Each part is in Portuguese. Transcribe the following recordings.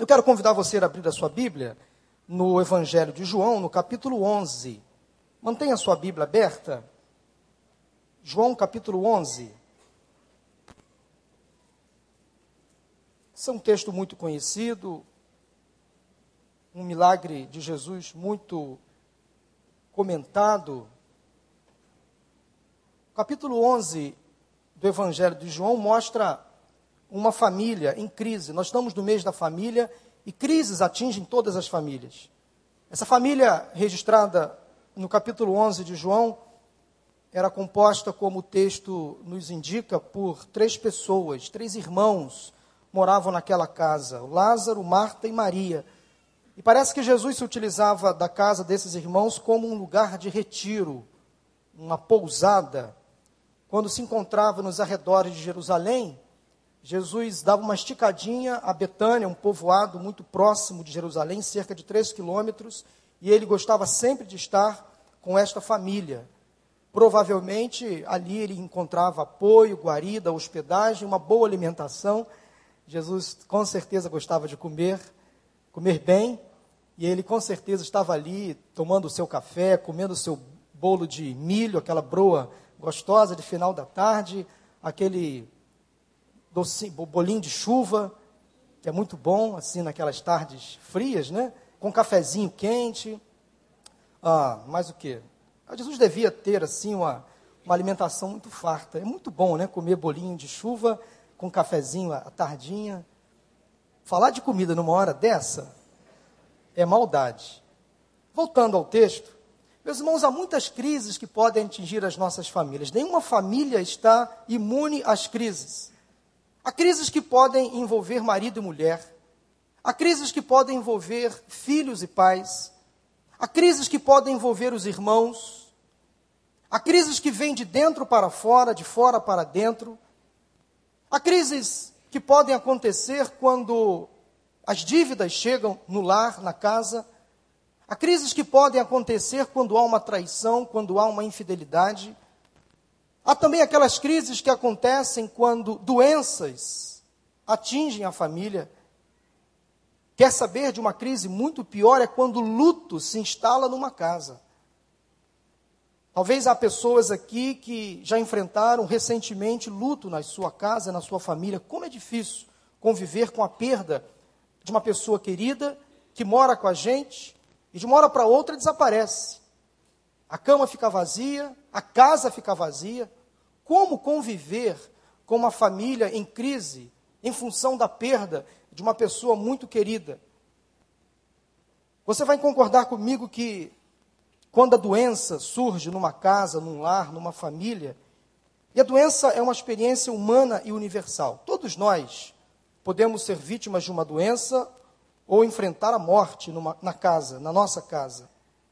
Eu quero convidar você a abrir a sua Bíblia no Evangelho de João, no capítulo 11. Mantenha a sua Bíblia aberta. João, capítulo 11. Esse é um texto muito conhecido, um milagre de Jesus muito comentado. O capítulo 11 do Evangelho de João mostra uma família em crise. Nós estamos no mês da família e crises atingem todas as famílias. Essa família registrada no capítulo 11 de João era composta, como o texto nos indica, por 3 pessoas, 3 irmãos moravam naquela casa, Lázaro, Marta e Maria. E parece que Jesus se utilizava da casa desses irmãos como um lugar de retiro, uma pousada. Quando se encontrava nos arredores de Jerusalém, Jesus dava uma esticadinha a Betânia, um povoado muito próximo de Jerusalém, cerca de 3 quilômetros, e ele gostava sempre de estar com esta família. Provavelmente ali ele encontrava apoio, guarida, hospedagem, uma boa alimentação. Jesus com certeza gostava de comer bem, e ele com certeza estava ali tomando o seu café, comendo o seu bolo de milho, aquela broa gostosa de final da tarde, aquele bolinho de chuva, que é muito bom, assim, naquelas tardes frias, né? Com cafezinho quente. Mais o quê? Jesus devia ter, assim, uma alimentação muito farta. É muito bom, né? Comer bolinho de chuva com cafezinho à tardinha. Falar de comida numa hora dessa é maldade. Voltando ao texto, meus irmãos, há muitas crises que podem atingir as nossas famílias. Nenhuma família está imune às crises. Há crises que podem envolver marido e mulher. Há crises que podem envolver filhos e pais. Há crises que podem envolver os irmãos. Há crises que vêm de dentro para fora, de fora para dentro. Há crises que podem acontecer quando as dívidas chegam no lar, na casa. Há crises que podem acontecer quando há uma traição, quando há uma infidelidade. Há também aquelas crises que acontecem quando doenças atingem a família. Quer saber de uma crise muito pior? É quando o luto se instala numa casa. Talvez há pessoas aqui que já enfrentaram recentemente luto na sua casa, na sua família. Como é difícil conviver com a perda de uma pessoa querida que mora com a gente e de uma hora para outra desaparece. A cama fica vazia, a casa fica vazia. Como conviver com uma família em crise em função da perda de uma pessoa muito querida? Você vai concordar comigo que quando a doença surge numa casa, num lar, numa família, e a doença é uma experiência humana e universal. Todos nós podemos ser vítimas de uma doença ou enfrentar a morte na casa, na nossa casa.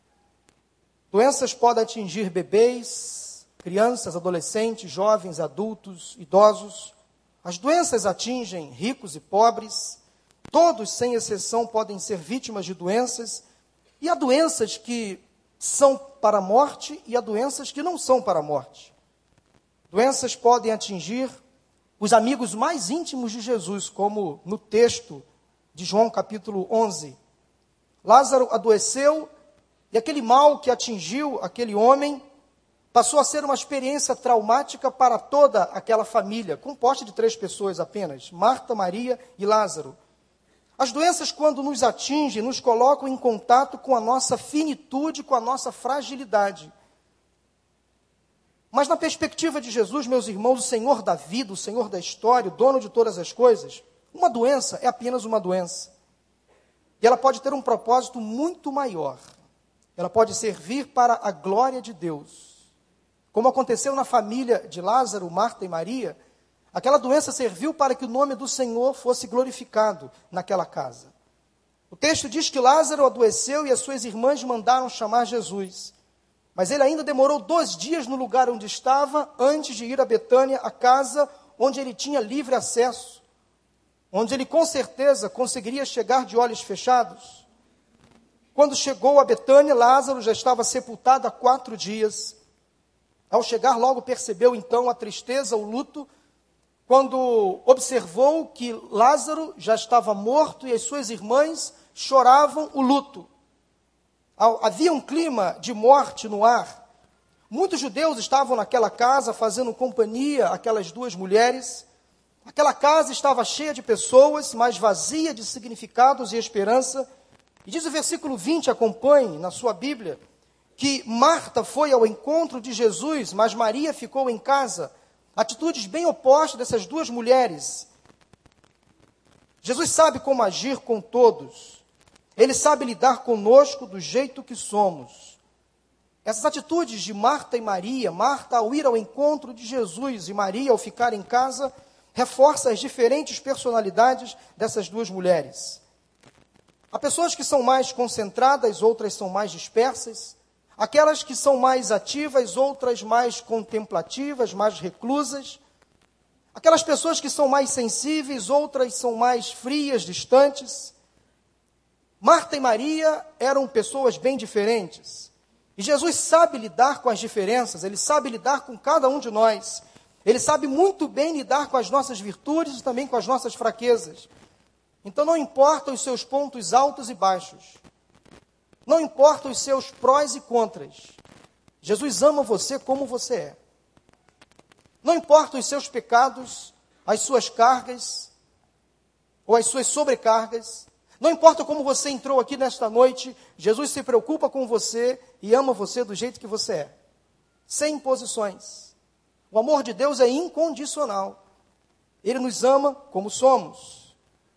Doenças podem atingir bebês, crianças, adolescentes, jovens, adultos, idosos. As doenças atingem ricos e pobres. Todos, sem exceção, podem ser vítimas de doenças. E há doenças que são para a morte e há doenças que não são para a morte. Doenças podem atingir os amigos mais íntimos de Jesus, como no texto de João capítulo 11. Lázaro adoeceu e aquele mal que atingiu aquele homem passou a ser uma experiência traumática para toda aquela família, composta de 3 pessoas apenas, Marta, Maria e Lázaro. As doenças, quando nos atingem, nos colocam em contato com a nossa finitude, com a nossa fragilidade. Mas na perspectiva de Jesus, meus irmãos, o Senhor da vida, o Senhor da história, o dono de todas as coisas, uma doença é apenas uma doença. E ela pode ter um propósito muito maior. Ela pode servir para a glória de Deus. Como aconteceu na família de Lázaro, Marta e Maria, aquela doença serviu para que o nome do Senhor fosse glorificado naquela casa. O texto diz que Lázaro adoeceu e as suas irmãs mandaram chamar Jesus. Mas ele ainda demorou 2 dias no lugar onde estava, antes de ir a Betânia, a casa onde ele tinha livre acesso, onde ele com certeza conseguiria chegar de olhos fechados. Quando chegou a Betânia, Lázaro já estava sepultado há 4 dias. Ao chegar, logo percebeu então a tristeza, o luto. quando observou que Lázaro já estava morto e as suas irmãs choravam o luto. Havia um clima de morte no ar. Muitos judeus estavam naquela casa fazendo companhia àquelas duas mulheres. Aquela casa estava cheia de pessoas, mas vazia de significados e esperança. E diz o versículo 20, acompanhe na sua Bíblia, que Marta foi ao encontro de Jesus, mas Maria ficou em casa. Atitudes bem opostas dessas duas mulheres. Jesus sabe como agir com todos. Ele sabe lidar conosco do jeito que somos. Essas atitudes de Marta e Maria, Marta ao ir ao encontro de Jesus e Maria ao ficar em casa, reforça as diferentes personalidades dessas duas mulheres. Há pessoas que são mais concentradas, outras são mais dispersas. Aquelas que são mais ativas, outras mais contemplativas, mais reclusas. Aquelas pessoas que são mais sensíveis, outras são mais frias, distantes. Marta e Maria eram pessoas bem diferentes. E Jesus sabe lidar com as diferenças, Ele sabe lidar com cada um de nós. Ele sabe muito bem lidar com as nossas virtudes e também com as nossas fraquezas. Então não importa os seus pontos altos e baixos. Não importa os seus prós e contras. Jesus ama você como você é. Não importa os seus pecados, as suas cargas ou as suas sobrecargas. Não importa como você entrou aqui nesta noite, Jesus se preocupa com você e ama você do jeito que você é. Sem imposições. O amor de Deus é incondicional. Ele nos ama como somos.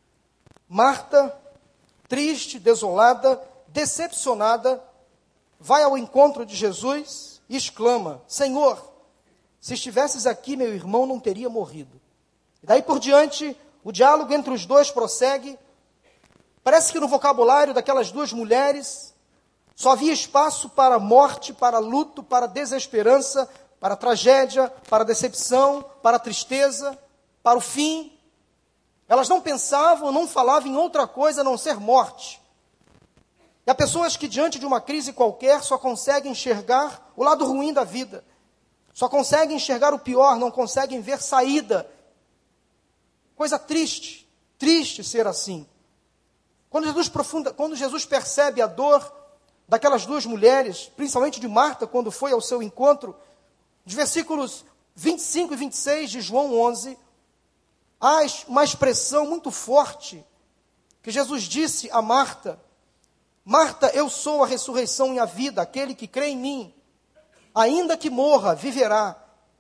Marta, triste, desolada, decepcionada, vai ao encontro de Jesus e exclama: Senhor, se estivesses aqui, meu irmão não teria morrido. E daí por diante, o diálogo entre os dois prossegue. Parece que no vocabulário daquelas duas mulheres só havia espaço para morte, para luto, para desesperança, para tragédia, para decepção, para tristeza, para o fim. Elas não pensavam, não falavam em outra coisa a não ser morte. E há pessoas que diante de uma crise qualquer só conseguem enxergar o lado ruim da vida. Só conseguem enxergar o pior, não conseguem ver saída. Coisa triste, triste ser assim. Quando Jesus percebe a dor daquelas duas mulheres, principalmente de Marta, quando foi ao seu encontro, nos versículos 25 e 26 de João 11, há uma expressão muito forte que Jesus disse a Marta: Marta, eu sou a ressurreição e a vida, aquele que crê em mim, ainda que morra, viverá.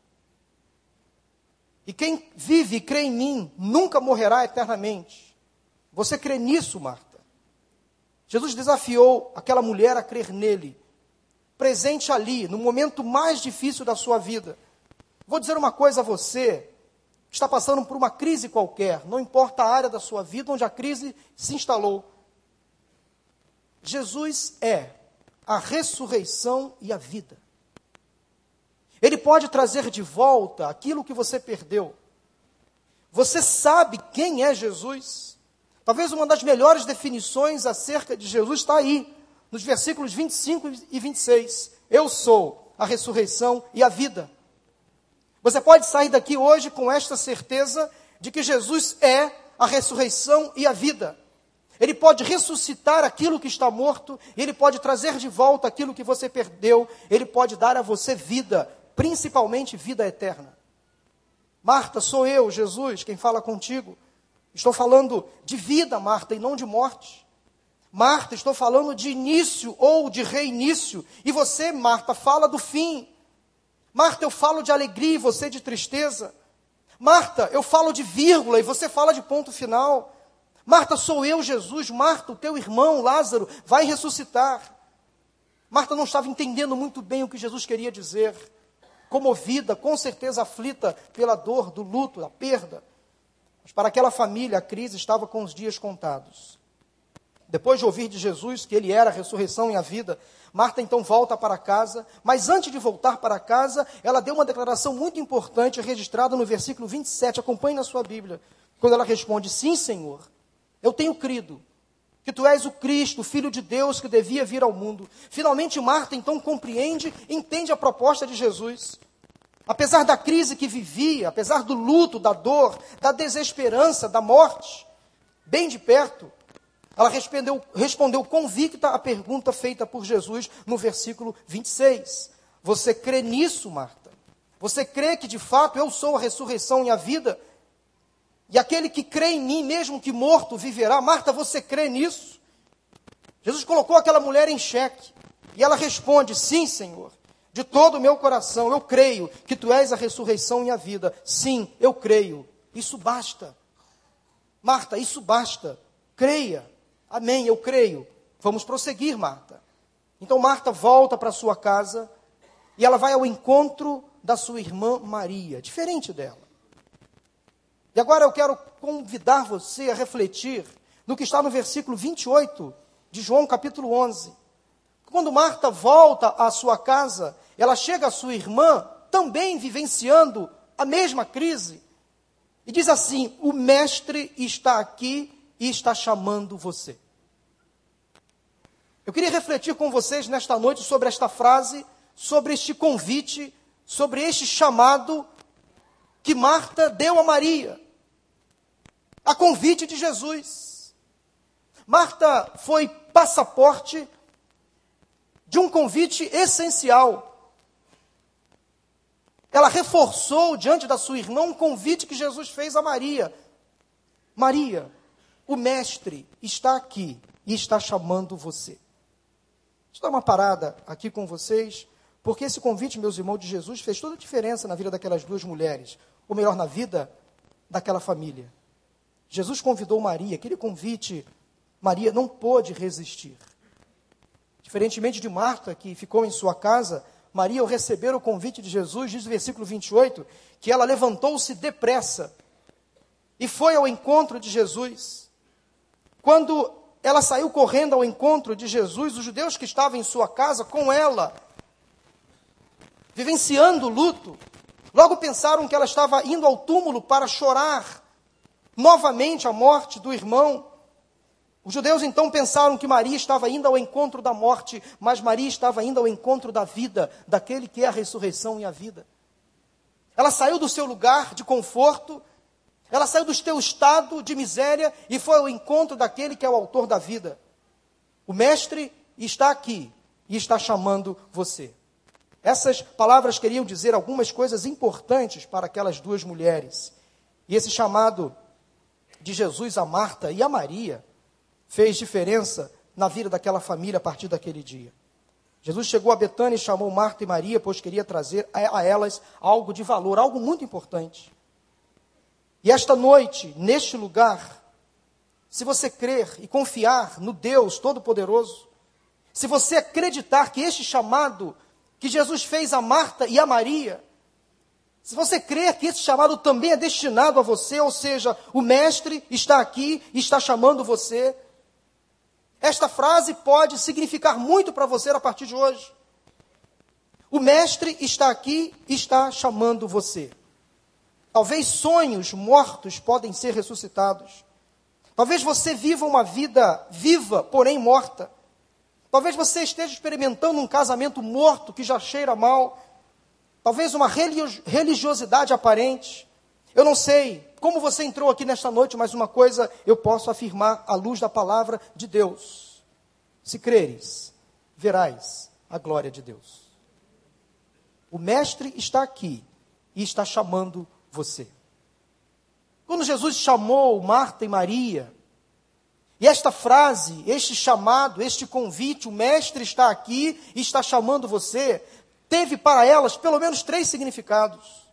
E quem vive e crê em mim, nunca morrerá eternamente. Você crê nisso, Marta? Jesus desafiou aquela mulher a crer nele, presente ali, no momento mais difícil da sua vida. Vou dizer uma coisa a você, que está passando por uma crise qualquer, não importa a área da sua vida onde a crise se instalou. Jesus é a ressurreição e a vida. Ele pode trazer de volta aquilo que você perdeu. Você sabe quem é Jesus? Talvez uma das melhores definições acerca de Jesus está aí, nos versículos 25 e 26. Eu sou a ressurreição e a vida. Você pode sair daqui hoje com esta certeza de que Jesus é a ressurreição e a vida. Ele pode ressuscitar aquilo que está morto, Ele pode trazer de volta aquilo que você perdeu, Ele pode dar a você vida, principalmente vida eterna. Marta, sou eu, Jesus, quem fala contigo. Estou falando de vida, Marta, e não de morte. Marta, estou falando de início ou de reinício. E você, Marta, fala do fim. Marta, eu falo de alegria e você de tristeza. Marta, eu falo de vírgula e você fala de ponto final. Marta, sou eu, Jesus. Marta, o teu irmão, Lázaro, vai ressuscitar. Marta não estava entendendo muito bem o que Jesus queria dizer. Comovida, com certeza aflita pela dor, do luto, da perda. Mas para aquela família, a crise estava com os dias contados. Depois de ouvir de Jesus que Ele era a ressurreição e a vida, Marta então volta para casa, mas antes de voltar para casa, ela deu uma declaração muito importante, registrada no versículo 27, acompanhe na sua Bíblia, quando ela responde: sim, Senhor, eu tenho crido que Tu és o Cristo, o Filho de Deus que devia vir ao mundo. Finalmente Marta então compreende, entende a proposta de Jesus. apesar da crise que vivia, apesar do luto, da dor, da desesperança, da morte, bem de perto, ela respondeu convicta à pergunta feita por Jesus no versículo 26. Você crê nisso, Marta? Você crê que de fato eu sou a ressurreição e a vida? E aquele que crê em mim, mesmo que morto, viverá? Marta, você crê nisso? Jesus colocou aquela mulher em xeque. E ela responde, sim, Senhor. De todo o meu coração, eu creio que tu és a ressurreição e a vida. Sim, eu creio. Isso basta. Marta, isso basta. Creia. Amém, eu creio. Vamos prosseguir, Marta. Então Marta volta para sua casa e ela vai ao encontro da sua irmã Maria, diferente dela. E agora eu quero convidar você a refletir no que está no versículo 28 de João capítulo 11. Quando Marta volta à sua casa, ela chega à sua irmã, também vivenciando a mesma crise, e diz assim, o mestre está aqui e está chamando você. Eu queria refletir com vocês nesta noite sobre esta frase, sobre este convite, sobre este chamado que Marta deu a Maria, a convite de Jesus. Marta foi passaporte de um convite essencial. Ela reforçou diante da sua irmã um convite que Jesus fez a Maria. Maria, o mestre está aqui e está chamando você. Deixa eu dar uma parada aqui com vocês, porque esse convite, meus irmãos, de Jesus fez toda a diferença na vida daquelas duas mulheres, ou melhor, na vida daquela família. Jesus convidou Maria, aquele convite, Maria não pôde resistir. Diferentemente de Marta, que ficou em sua casa, Maria, ao receber o convite de Jesus, diz o versículo 28, que ela levantou-se depressa e foi ao encontro de Jesus. Quando ela saiu correndo ao encontro de Jesus, os judeus que estavam em sua casa com ela, vivenciando o luto, logo pensaram que ela estava indo ao túmulo para chorar novamente a morte do irmão. Os judeus então pensaram que Maria estava indo ao encontro da morte, mas Maria estava indo ao encontro da vida, daquele que é a ressurreição e a vida. Ela saiu do seu lugar de conforto, ela saiu do seu estado de miséria e foi ao encontro daquele que é o autor da vida. O mestre está aqui e está chamando você. Essas palavras queriam dizer algumas coisas importantes para aquelas duas mulheres. E esse chamado de Jesus a Marta e a Maria fez diferença na vida daquela família a partir daquele dia. Jesus chegou a Betânia e chamou Marta e Maria, pois queria trazer a elas algo de valor, algo muito importante. E esta noite, neste lugar, se você crer e confiar no Deus Todo-Poderoso, se você acreditar que este chamado que Jesus fez a Marta e a Maria, se você crer que esse chamado também é destinado a você, ou seja, o mestre está aqui e está chamando você, esta frase pode significar muito para você a partir de hoje. O mestre está aqui e está chamando você. Talvez sonhos mortos podem ser ressuscitados. Talvez você viva uma vida viva, porém morta. Talvez você esteja experimentando um casamento morto que já cheira mal. Talvez uma religiosidade aparente. Eu não sei como você entrou aqui nesta noite, mas uma coisa eu posso afirmar à luz da palavra de Deus. Se creres, verás a glória de Deus. O mestre está aqui e está chamando você. Quando Jesus chamou Marta e Maria, e esta frase, este chamado, este convite, o mestre está aqui e está chamando você, teve para elas pelo menos 3 significados.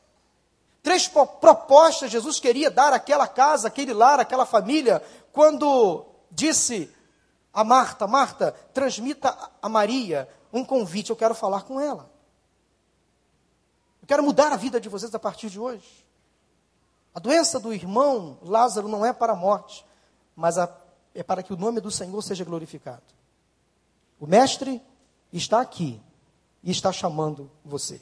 3 propostas Jesus queria dar àquela casa, àquele lar, àquela família, quando disse a Marta, Marta, transmita a Maria um convite, eu quero falar com ela. Eu quero mudar a vida de vocês a partir de hoje. A doença do irmão Lázaro não é para a morte, mas é para que o nome do Senhor seja glorificado. O mestre está aqui e está chamando você.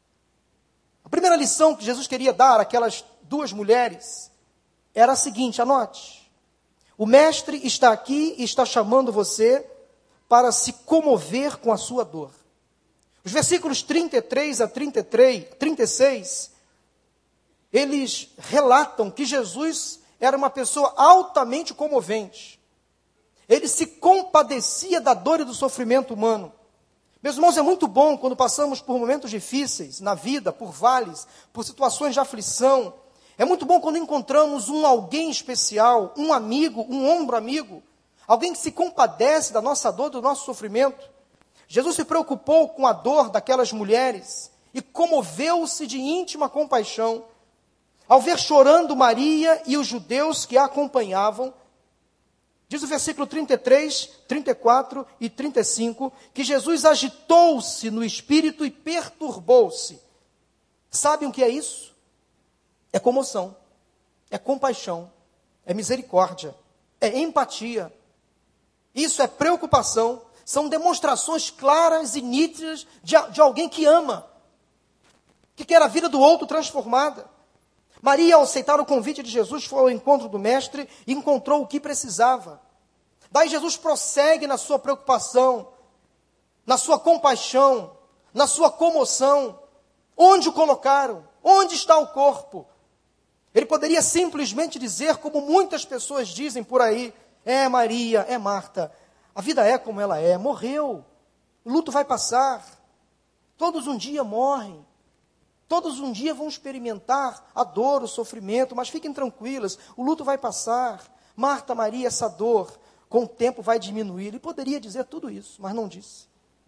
A primeira lição que Jesus queria dar àquelas duas mulheres era a seguinte, anote. O mestre está aqui e está chamando você para se comover com a sua dor. Os versículos 33 a 36, eles relatam que Jesus era uma pessoa altamente comovente. Ele se compadecia da dor e do sofrimento humano. Meus irmãos, é muito bom quando passamos por momentos difíceis na vida, por vales, por situações de aflição. É muito bom quando encontramos um alguém especial, um amigo, um ombro amigo, alguém que se compadece da nossa dor, do nosso sofrimento. Jesus se preocupou com a dor daquelas mulheres e comoveu-se de íntima compaixão. Ao ver chorando Maria e os judeus que a acompanhavam, diz o versículo 33, 34 e 35, que Jesus agitou-se no espírito e perturbou-se. Sabem o que é isso? É comoção, é compaixão, é misericórdia, é empatia. Isso é preocupação, são demonstrações claras e nítidas de alguém que ama, que quer a vida do outro transformada. Maria, ao aceitar o convite de Jesus, foi ao encontro do Mestre e encontrou o que precisava. Daí Jesus prossegue na sua preocupação, na sua compaixão, na sua comoção. Onde o colocaram? Onde está o corpo? Ele poderia simplesmente dizer, como muitas pessoas dizem por aí, é Maria, é Marta, a vida é como ela é, morreu, o luto vai passar, todos um dia morrem. Todos um dia vão experimentar a dor, o sofrimento, mas fiquem tranquilas, o luto vai passar. Marta, Maria, essa dor, com o tempo vai diminuir. Ele poderia dizer tudo isso, mas não disse.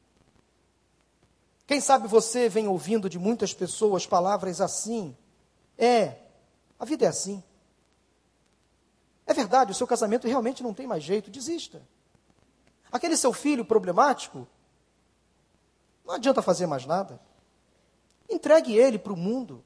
Quem sabe você vem ouvindo de muitas pessoas palavras assim. A vida é assim. É verdade, o seu casamento realmente não tem mais jeito, desista. Aquele seu filho problemático, não adianta fazer mais nada. Entregue ele para o mundo.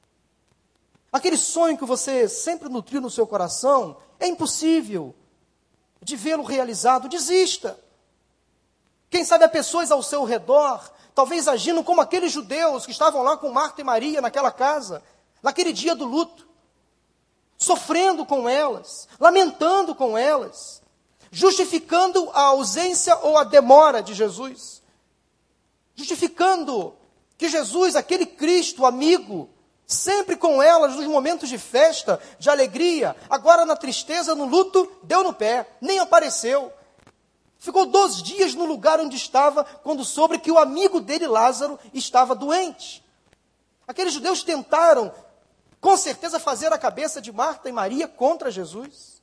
Aquele sonho que você sempre nutriu no seu coração, é impossível de vê-lo realizado, desista. Quem sabe há pessoas ao seu redor, talvez agindo como aqueles judeus que estavam lá com Marta e Maria naquela casa, naquele dia do luto, sofrendo com elas, lamentando com elas, justificando a ausência ou a demora de Jesus, justificando que Jesus, aquele Cristo amigo, sempre com elas nos momentos de festa, de alegria, agora na tristeza, no luto, deu no pé, nem apareceu. Ficou 2 dias no lugar onde estava, quando soube que o amigo dele, Lázaro, estava doente. Aqueles judeus tentaram, com certeza, fazer a cabeça de Marta e Maria contra Jesus.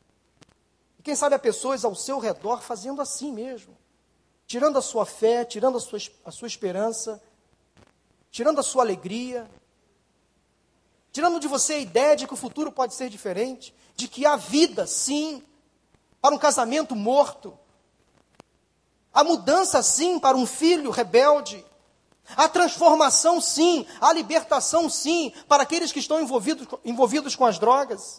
E quem sabe há pessoas ao seu redor fazendo assim mesmo, tirando a sua fé, tirando a sua esperança, tirando a sua alegria, tirando de você a ideia de que o futuro pode ser diferente, de que há vida, sim, para um casamento morto, há mudança, sim, para um filho rebelde, há transformação, sim, há libertação, sim, para aqueles que estão envolvidos com as drogas,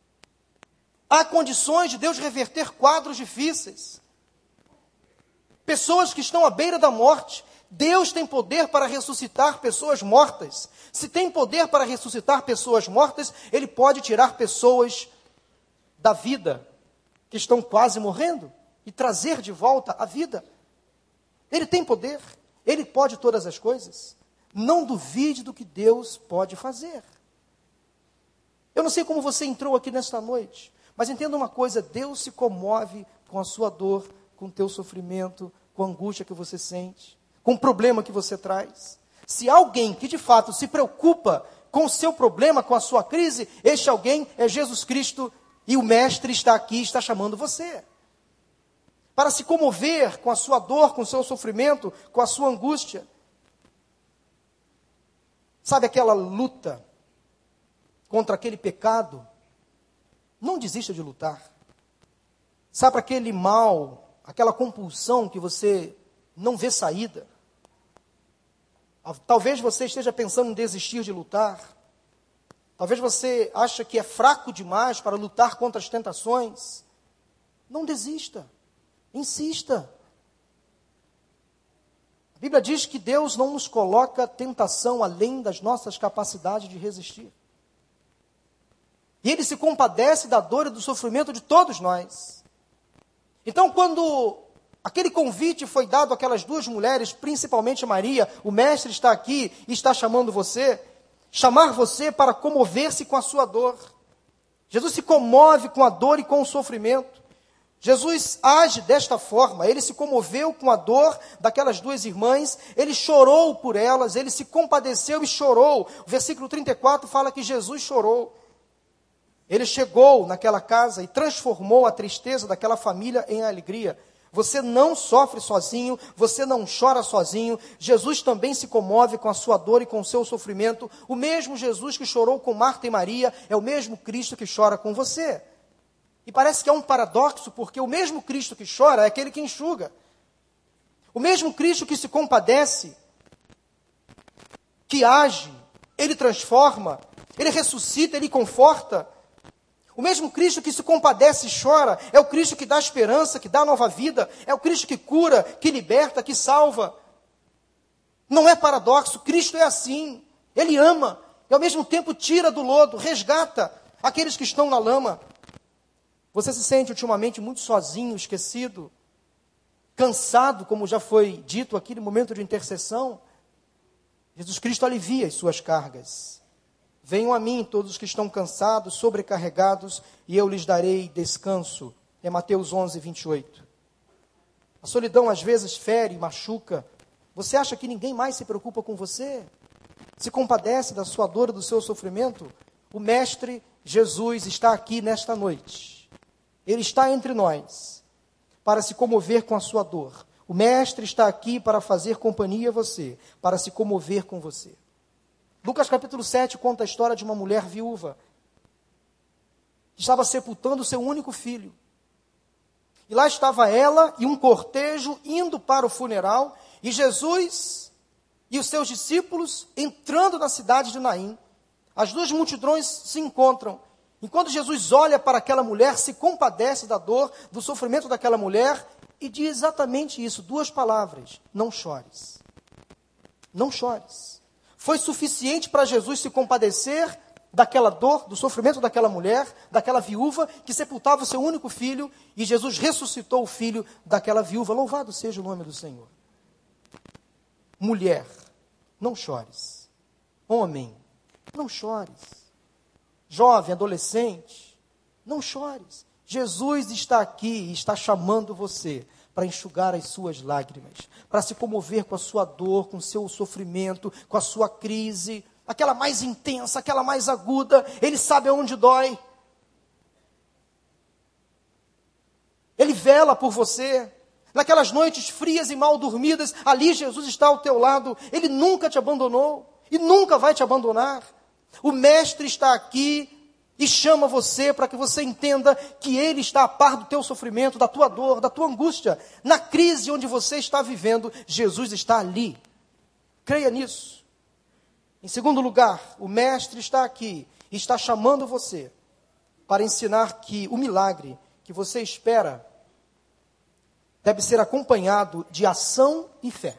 há condições de Deus reverter quadros difíceis, pessoas que estão à beira da morte. Deus tem poder para ressuscitar pessoas mortas. Se tem poder para ressuscitar pessoas mortas, Ele pode tirar pessoas da vida, que estão quase morrendo, e trazer de volta a vida. Ele tem poder, Ele pode todas as coisas. Não duvide do que Deus pode fazer. Eu não sei como você entrou aqui nesta noite, mas entenda uma coisa, Deus se comove com a sua dor, com o teu sofrimento, com a angústia que você sente, com o problema que você traz. Se há alguém que de fato se preocupa com o seu problema, com a sua crise, este alguém é Jesus Cristo, e o Mestre está aqui, está chamando você para se comover com a sua dor, com o seu sofrimento, com a sua angústia. Sabe aquela luta contra aquele pecado? Não desista de lutar. Sabe aquele mal, aquela compulsão que você não vê saída? Talvez você esteja pensando em desistir de lutar. Talvez você ache que é fraco demais para lutar contra as tentações. Não desista. Insista. A Bíblia diz que Deus não nos coloca tentação além das nossas capacidades de resistir. E Ele se compadece da dor e do sofrimento de todos nós. Então, quando Aquele convite foi dado àquelas duas mulheres, principalmente Maria. O mestre está aqui e está chamando você. Chamar você para comover-se com a sua dor. Jesus se comove com a dor e com o sofrimento. Jesus age desta forma. Ele se comoveu com a dor daquelas duas irmãs. Ele chorou por elas. Ele se compadeceu e chorou. O versículo 34 fala que Jesus chorou. Ele chegou naquela casa e transformou a tristeza daquela família em alegria. Você não sofre sozinho, você não chora sozinho. Jesus também se comove com a sua dor e com o seu sofrimento. O mesmo Jesus que chorou com Marta e Maria é o mesmo Cristo que chora com você. E parece que é um paradoxo, porque o mesmo Cristo que chora é aquele que enxuga. O mesmo Cristo que se compadece, que age, ele transforma, ele ressuscita, ele conforta. O mesmo Cristo que se compadece e chora é o Cristo que dá esperança, que dá nova vida, é o Cristo que cura, que liberta, que salva. Não é paradoxo, Cristo é assim. Ele ama e ao mesmo tempo tira do lodo, resgata aqueles que estão na lama. Você se sente ultimamente muito sozinho, esquecido, cansado, como já foi dito aqui no momento de intercessão? Jesus Cristo alivia as suas cargas. Venham a mim todos os que estão cansados, sobrecarregados, e eu lhes darei descanso. É Mateus 11, 28. A solidão às vezes fere, machuca. Você acha que ninguém mais se preocupa com você? Se compadece da sua dor e do seu sofrimento? O Mestre Jesus está aqui nesta noite. Ele está entre nós para se comover com a sua dor. O Mestre está aqui para fazer companhia a você, para se comover com você. Lucas capítulo 7 conta a história de uma mulher viúva que estava sepultando o seu único filho. E lá estava ela e um cortejo indo para o funeral, e Jesus e os seus discípulos entrando na cidade de Naim. As duas multidões se encontram. Enquanto Jesus olha para aquela mulher, se compadece da dor, do sofrimento daquela mulher, e diz exatamente isso, duas palavras: não chores. Não chores. Foi suficiente para Jesus se compadecer daquela dor, do sofrimento daquela mulher, daquela viúva que sepultava o seu único filho, e Jesus ressuscitou o filho daquela viúva. Louvado seja o nome do Senhor. Mulher, não chores. Homem, não chores. Jovem, adolescente, não chores. Jesus está aqui e está chamando você para enxugar as suas lágrimas, para se comover com a sua dor, com o seu sofrimento, com a sua crise, aquela mais intensa, aquela mais aguda. Ele sabe aonde dói. Ele vela por você. Naquelas noites frias e mal dormidas, ali Jesus está ao teu lado. Ele nunca te abandonou e nunca vai te abandonar. O Mestre está aqui e chama você para que você entenda que Ele está a par do teu sofrimento, da tua dor, da tua angústia. Na crise onde você está vivendo, Jesus está ali. Creia nisso. Em segundo lugar, o Mestre está aqui e está chamando você para ensinar que o milagre que você espera deve ser acompanhado de ação e fé.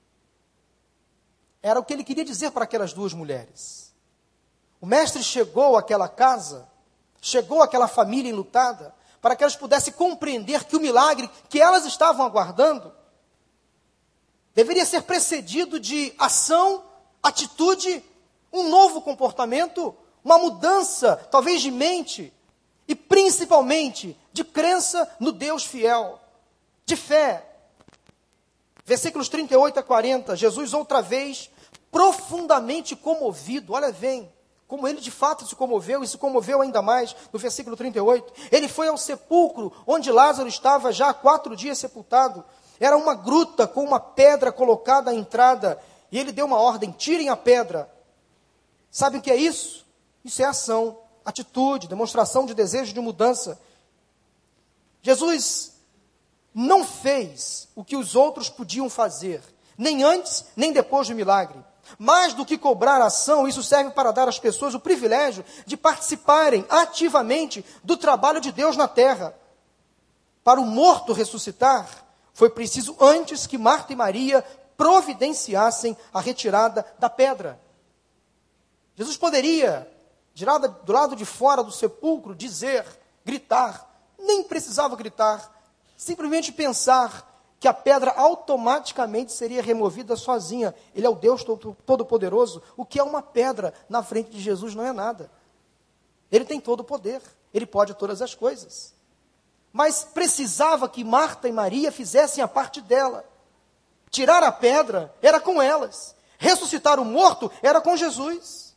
Era o que ele queria dizer para aquelas duas mulheres. O Mestre chegou àquela casa, chegou àquela família enlutada, para que elas pudessem compreender que o milagre que elas estavam aguardando deveria ser precedido de ação, atitude, um novo comportamento, uma mudança, talvez de mente, e principalmente de crença no Deus fiel, de fé. Versículos 38 a 40, Jesus outra vez, profundamente comovido, olha bem, como ele de fato se comoveu, e se comoveu ainda mais, no versículo 38, ele foi ao sepulcro, onde Lázaro estava já há 4 dias sepultado. Era uma gruta com uma pedra colocada à entrada, e ele deu uma ordem: tirem a pedra. Sabe o que é isso? Isso é ação, atitude, demonstração de desejo de mudança. Jesus não fez o que os outros podiam fazer, nem antes, nem depois do milagre. Mais do que cobrar ação, isso serve para dar às pessoas o privilégio de participarem ativamente do trabalho de Deus na terra. Para o morto ressuscitar, foi preciso antes que Marta e Maria providenciassem a retirada da pedra. Jesus poderia, do lado de fora do sepulcro, dizer, gritar, nem precisava gritar, simplesmente pensar: que a pedra automaticamente seria removida sozinha. Ele é o Deus Todo-Poderoso. O que é uma pedra na frente de Jesus não é nada. Ele tem todo o poder, ele pode todas as coisas. Mas precisava que Marta e Maria fizessem a parte dela. Tirar a pedra era com elas. Ressuscitar o morto era com Jesus.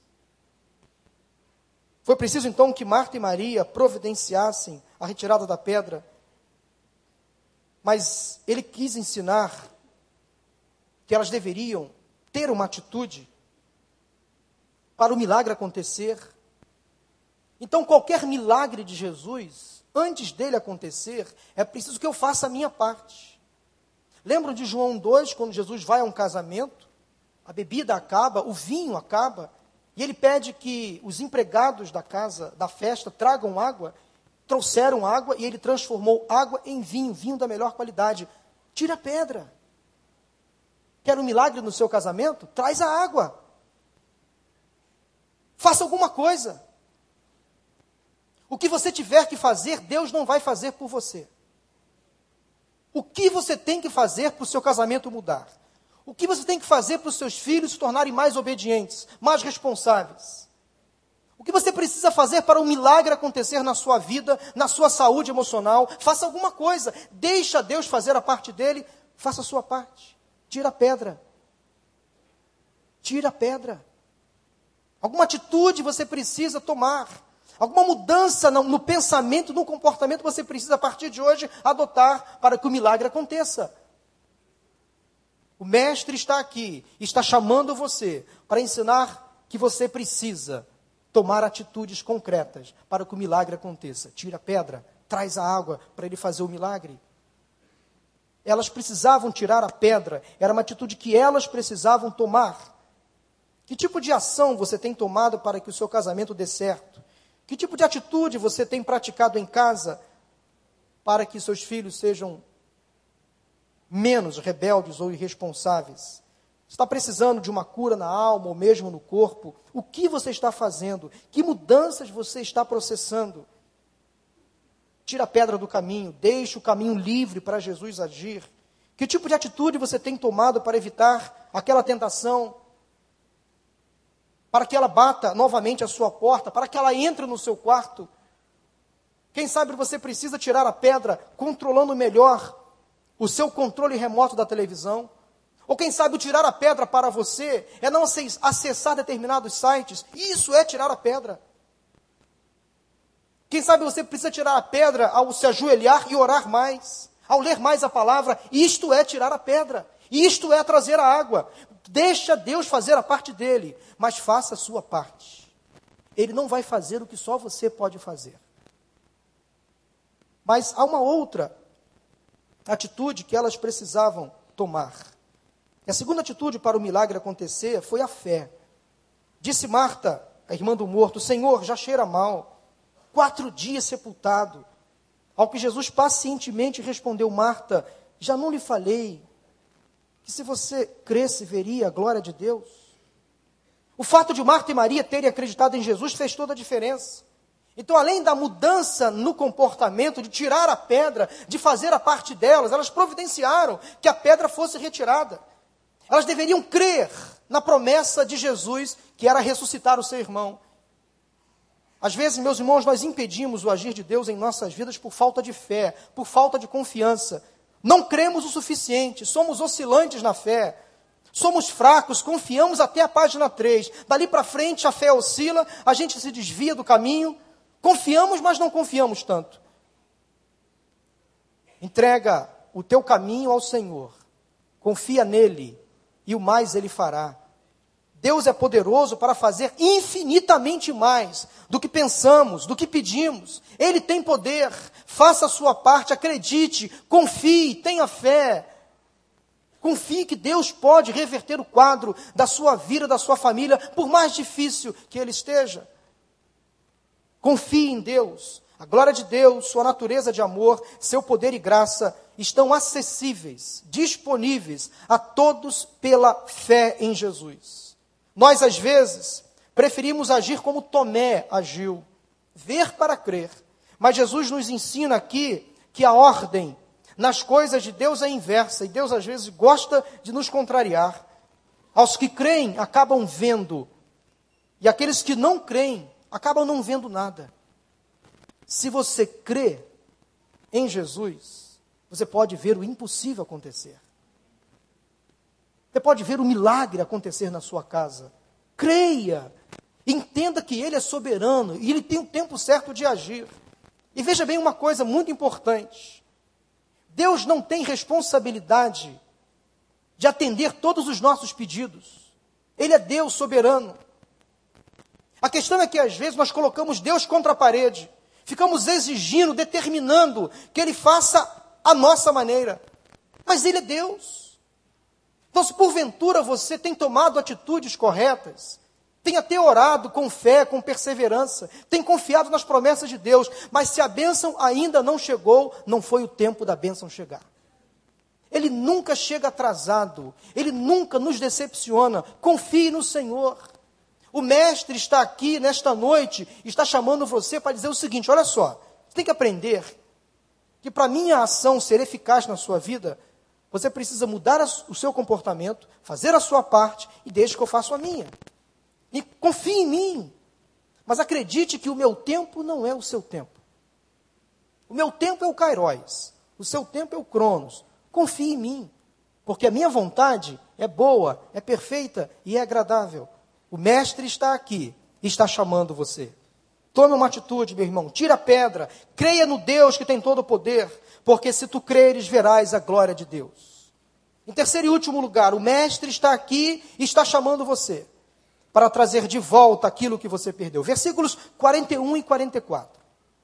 Foi preciso então que Marta e Maria providenciassem a retirada da pedra. Mas ele quis ensinar que elas deveriam ter uma atitude para o milagre acontecer. Então, qualquer milagre de Jesus, antes dele acontecer, é preciso que eu faça a minha parte. Lembram de João 2, quando Jesus vai a um casamento, a bebida acaba, o vinho acaba, e ele pede que os empregados da casa, da festa, tragam água. Trouxeram água e ele transformou água em vinho, vinho da melhor qualidade. Tira a pedra. Quer um milagre no seu casamento? Traz a água. Faça alguma coisa. O que você tiver que fazer, Deus não vai fazer por você. O que você tem que fazer para o seu casamento mudar? O que você tem que fazer para os seus filhos se tornarem mais obedientes, mais responsáveis? O que você precisa fazer para um milagre acontecer na sua vida, na sua saúde emocional? Faça alguma coisa. Deixa Deus fazer a parte dele, faça a sua parte. Tira a pedra. Tira a pedra. Alguma atitude você precisa tomar. Alguma mudança no pensamento, no comportamento você precisa, a partir de hoje, adotar para que o milagre aconteça. O mestre está aqui, está chamando você para ensinar que você precisa tomar atitudes concretas para que o milagre aconteça. Tira a pedra, traz a água para ele fazer o milagre. Elas precisavam tirar a pedra, era uma atitude que elas precisavam tomar. Que tipo de ação você tem tomado para que o seu casamento dê certo? Que tipo de atitude você tem praticado em casa para que seus filhos sejam menos rebeldes ou irresponsáveis? Está precisando de uma cura na alma ou mesmo no corpo? O que você está fazendo? Que mudanças você está processando? Tira a pedra do caminho, deixe o caminho livre para Jesus agir. Que tipo de atitude você tem tomado para evitar aquela tentação? Para que ela bata novamente a sua porta, para que ela entre no seu quarto? Quem sabe você precisa tirar a pedra controlando melhor o seu controle remoto da televisão? Ou quem sabe tirar a pedra para você é não acessar determinados sites? Isso é tirar a pedra. Quem sabe você precisa tirar a pedra ao se ajoelhar e orar mais, ao ler mais a palavra? Isto é tirar a pedra. Isto é trazer a água. Deixa Deus fazer a parte dele, mas faça a sua parte. Ele não vai fazer o que só você pode fazer. Mas há uma outra atitude que elas precisavam tomar. E a segunda atitude para o milagre acontecer foi a fé. Disse Marta, a irmã do morto: Senhor, já cheira mal, 4 dias sepultado. Ao que Jesus pacientemente respondeu: Marta, já não lhe falei que se você cresce, veria a glória de Deus? O fato de Marta e Maria terem acreditado em Jesus fez toda a diferença. Então, além da mudança no comportamento, de tirar a pedra, de fazer a parte delas, elas providenciaram que a pedra fosse retirada. Elas deveriam crer na promessa de Jesus, que era ressuscitar o seu irmão. Às vezes, meus irmãos, nós impedimos o agir de Deus em nossas vidas por falta de fé, por falta de confiança. Não cremos o suficiente, somos oscilantes na fé, somos fracos, confiamos até a página 3. Dali para frente a fé oscila, a gente se desvia do caminho, confiamos, mas não confiamos tanto. Entrega o teu caminho ao Senhor, confia nele e o mais ele fará. Deus é poderoso para fazer infinitamente mais do que pensamos, do que pedimos. Ele tem poder. Faça a sua parte, acredite, confie, tenha fé. Confie que Deus pode reverter o quadro da sua vida, da sua família, por mais difícil que ele esteja. Confie em Deus. A glória de Deus, sua natureza de amor, seu poder e graça estão acessíveis, disponíveis a todos pela fé em Jesus. Nós, às vezes, preferimos agir como Tomé agiu, ver para crer. Mas Jesus nos ensina aqui que a ordem nas coisas de Deus é inversa, e Deus às vezes gosta de nos contrariar. Aos que creem, acabam vendo, e aqueles que não creem, acabam não vendo nada. Se você crê em Jesus, você pode ver o impossível acontecer. Você pode ver o milagre acontecer na sua casa. Creia, entenda que Ele é soberano e Ele tem o tempo certo de agir. E veja bem uma coisa muito importante. Deus não tem responsabilidade de atender todos os nossos pedidos. Ele é Deus soberano. A questão é que às vezes nós colocamos Deus contra a parede. Ficamos exigindo, determinando que Ele faça a nossa maneira. Mas Ele é Deus. Então, se porventura você tem tomado atitudes corretas, tem até orado com fé, com perseverança, tem confiado nas promessas de Deus, mas se a bênção ainda não chegou, não foi o tempo da bênção chegar. Ele nunca chega atrasado, Ele nunca nos decepciona. Confie no Senhor. O Mestre está aqui nesta noite, está chamando você para dizer o seguinte: olha só, você tem que aprender que para minha ação ser eficaz na sua vida, você precisa mudar o seu comportamento, fazer a sua parte e deixe que eu faça a minha. E confie em mim, mas acredite que o meu tempo não é o seu tempo. O meu tempo é o Kairos, o seu tempo é o Cronos. Confie em mim, porque a minha vontade é boa, é perfeita e é agradável. O Mestre está aqui e está chamando você. Tome uma atitude, meu irmão, tira a pedra, creia no Deus que tem todo o poder, porque se tu creres, verás a glória de Deus. Em terceiro e último lugar, o Mestre está aqui e está chamando você para trazer de volta aquilo que você perdeu. Versículos 41 e 44.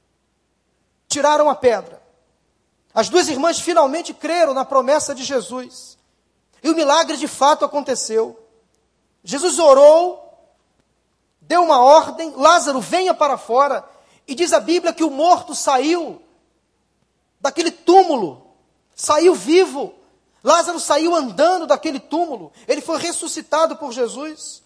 Tiraram a pedra. As duas irmãs finalmente creram na promessa de Jesus. E o milagre de fato aconteceu. Jesus orou, deu uma ordem, Lázaro, venha para fora. E diz a Bíblia que o morto saiu daquele túmulo, saiu vivo. Lázaro saiu andando daquele túmulo. Ele foi ressuscitado por Jesus.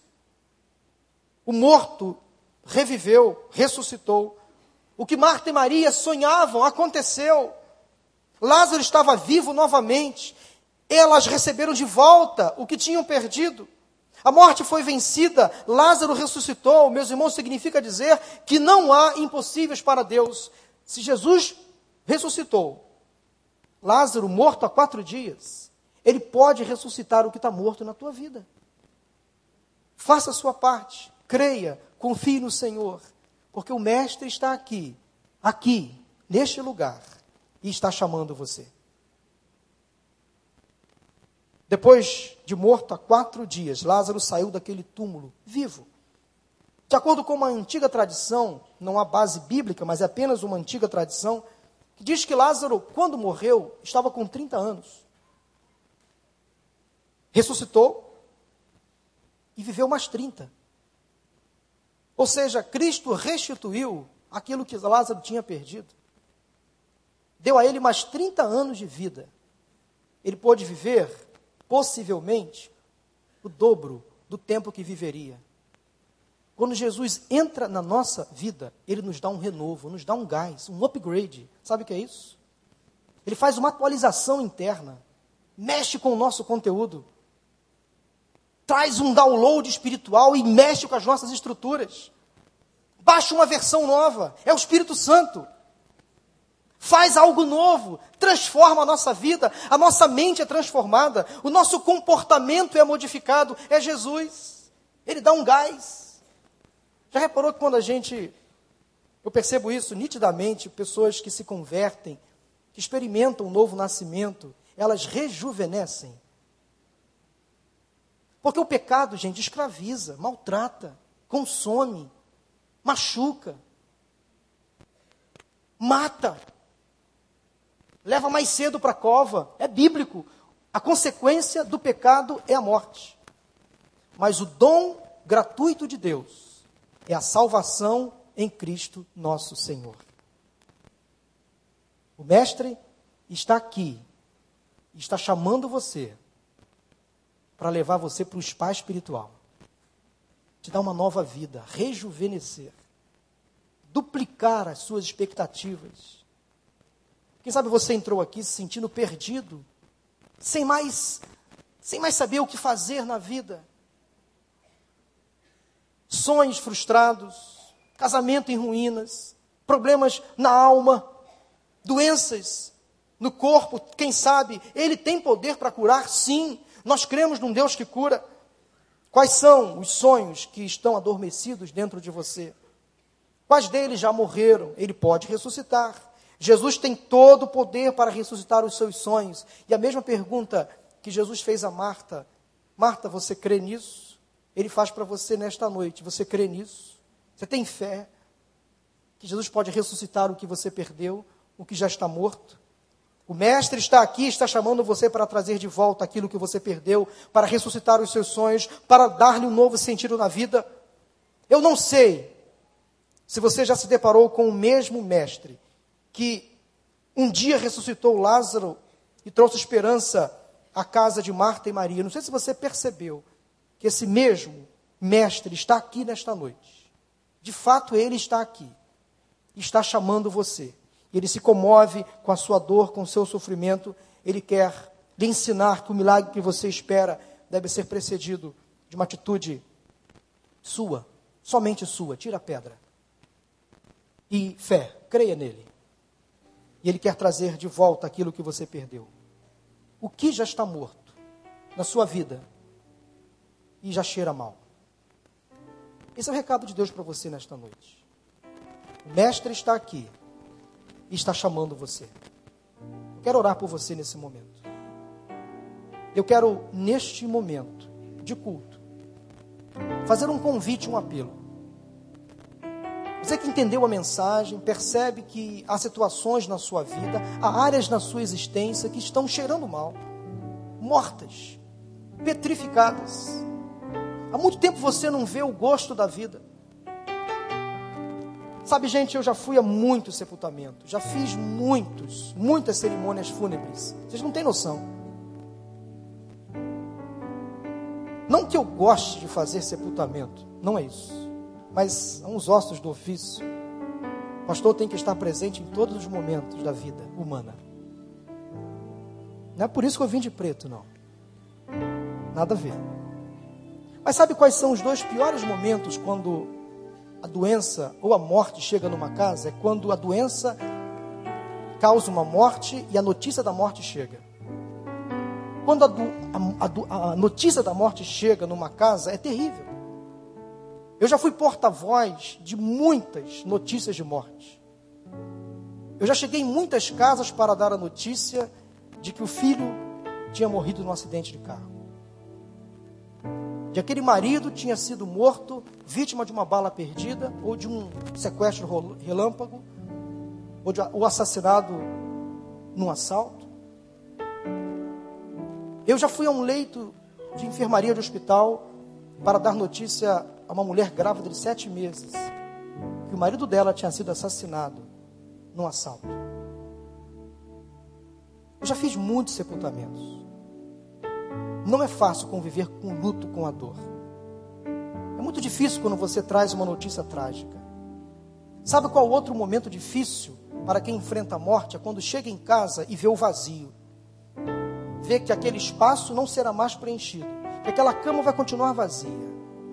O morto reviveu, ressuscitou. O que Marta e Maria sonhavam aconteceu. Lázaro estava vivo novamente. Elas receberam de volta o que tinham perdido. A morte foi vencida, Lázaro ressuscitou. Meus irmãos, significa dizer que não há impossíveis para Deus. Se Jesus ressuscitou Lázaro, morto há 4 dias, Ele pode ressuscitar o que está morto na tua vida. Faça a sua parte, creia, confie no Senhor, porque o Mestre está aqui, neste lugar, e está chamando você. Depois de morto há 4 dias, Lázaro saiu daquele túmulo vivo. De acordo com uma antiga tradição, não há base bíblica, mas é apenas uma antiga tradição, que diz que Lázaro, quando morreu, estava com 30 anos. Ressuscitou e viveu mais 30. Ou seja, Cristo restituiu aquilo que Lázaro tinha perdido. Deu a ele mais 30 anos de vida. Ele pôde viver, possivelmente, o dobro do tempo que viveria. Quando Jesus entra na nossa vida, Ele nos dá um renovo, nos dá um gás, um upgrade. Sabe o que é isso? Ele faz uma atualização interna, mexe com o nosso conteúdo, traz um download espiritual e mexe com as nossas estruturas. Baixa uma versão nova, é o Espírito Santo. Faz algo novo, transforma a nossa vida, a nossa mente é transformada, o nosso comportamento é modificado, é Jesus. Ele dá um gás. Já reparou que quando eu percebo isso nitidamente, pessoas que se convertem, que experimentam um novo nascimento, elas rejuvenescem. Porque o pecado, gente, escraviza, maltrata, consome, machuca, mata, leva mais cedo para a cova. É bíblico. A consequência do pecado é a morte. Mas o dom gratuito de Deus é a salvação em Cristo nosso Senhor. O Mestre está aqui, está chamando você para levar você para o spa espiritual, te dar uma nova vida, rejuvenescer, duplicar as suas expectativas, Quem sabe você entrou aqui se sentindo perdido, sem mais saber o que fazer na vida. Sonhos frustrados, casamento em ruínas, problemas na alma, doenças no corpo, quem sabe, Ele tem poder para curar? Sim, nós cremos num Deus que cura. Quais são os sonhos que estão adormecidos dentro de você? Quais deles já morreram? Ele pode ressuscitar. Jesus tem todo o poder para ressuscitar os seus sonhos. E a mesma pergunta que Jesus fez a Marta: Marta, você crê nisso? Ele faz para você nesta noite. Você crê nisso? Você tem fé que Jesus pode ressuscitar o que você perdeu, o que já está morto? O Mestre está aqui, está chamando você para trazer de volta aquilo que você perdeu, para ressuscitar os seus sonhos, para dar-lhe um novo sentido na vida. Eu não sei se você já se deparou com o mesmo Mestre que um dia ressuscitou Lázaro e trouxe esperança à casa de Marta e Maria. Não sei se você percebeu que esse mesmo Mestre está aqui nesta noite. De fato, Ele está aqui. Está chamando você. Ele se comove com a sua dor, com o seu sofrimento. Ele quer lhe ensinar que o milagre que você espera deve ser precedido de uma atitude sua, somente sua. Tira a pedra. E fé, creia nele. E Ele quer trazer de volta aquilo que você perdeu. O que já está morto na sua vida e já cheira mal. Esse é o recado de Deus para você nesta noite. O Mestre está aqui e está chamando você. Eu quero orar por você nesse momento. Eu quero, neste momento de culto, fazer um convite, um apelo. Você que entendeu a mensagem, percebe que há situações na sua vida, há áreas na sua existência que estão cheirando mal, mortas, petrificadas. Há muito tempo você não vê o gosto da vida. Sabe, gente, eu já fui a muitos sepultamentos, já fiz muitas cerimônias fúnebres. Vocês não têm noção. Não que eu goste de fazer sepultamento, não é isso. Mas são os ossos do ofício. O pastor tem que estar presente em todos os momentos da vida humana. Não é por isso que eu vim de preto, não. Nada a ver. Mas sabe quais são os dois piores momentos quando a doença ou a morte chega numa casa? É quando a doença causa uma morte e a notícia da morte chega. Quando a notícia da morte chega numa casa, é terrível. Eu já fui porta-voz de muitas notícias de morte. Eu já cheguei em muitas casas para dar a notícia de que o filho tinha morrido num acidente de carro. De aquele marido tinha sido morto, vítima de uma bala perdida, ou de um sequestro relâmpago, ou assassinado num assalto. Eu já fui a um leito de enfermaria de hospital para dar notícia a uma mulher grávida de 7 meses, que o marido dela tinha sido assassinado num assalto. Eu já fiz muitos sepultamentos. Não é fácil conviver com o luto, com a dor. É muito difícil quando você traz uma notícia trágica. Sabe qual outro momento difícil para quem enfrenta a morte? É quando chega em casa e vê o vazio. Vê que aquele espaço não será mais preenchido, que aquela cama vai continuar vazia.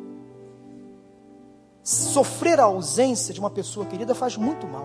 Sofrer a ausência de uma pessoa querida faz muito mal.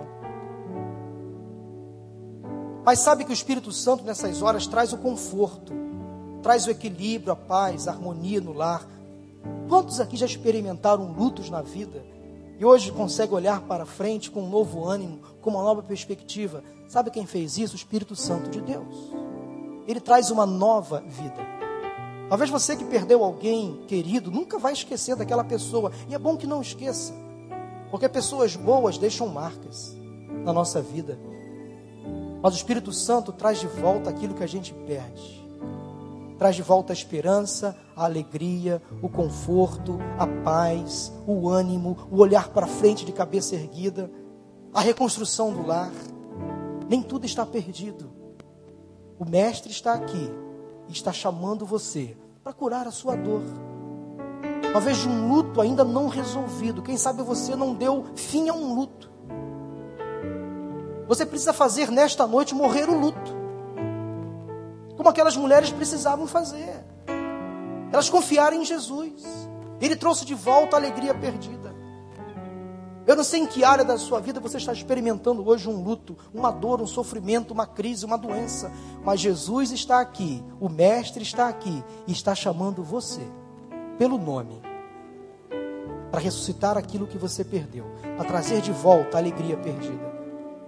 Mas sabe que o Espírito Santo nessas horas traz o conforto, traz o equilíbrio, a paz, a harmonia no lar. Quantos aqui já experimentaram lutos na vida e hoje conseguem olhar para frente com um novo ânimo, com uma nova perspectiva? Sabe quem fez isso? O Espírito Santo de Deus. Ele traz uma nova vida. Talvez você que perdeu alguém querido nunca vai esquecer daquela pessoa. E é bom que não esqueça, porque pessoas boas deixam marcas na nossa vida. Mas o Espírito Santo traz de volta aquilo que a gente perde. Traz de volta a esperança, a alegria, o conforto, a paz, o ânimo, o olhar para frente de cabeça erguida, a reconstrução do lar. Nem tudo está perdido. O Mestre está aqui e está chamando você para curar a sua dor. Talvez de um luto ainda não resolvido. Quem sabe você não deu fim a um luto. Você precisa fazer nesta noite morrer o luto, como aquelas mulheres precisavam fazer. Elas confiaram em Jesus. Ele trouxe de volta a alegria perdida. Eu não sei em que área da sua vida você está experimentando hoje um luto, uma dor, um sofrimento, uma crise, uma doença. Mas Jesus está aqui, o Mestre está aqui e está chamando você pelo nome para ressuscitar aquilo que você perdeu, para trazer de volta a alegria perdida.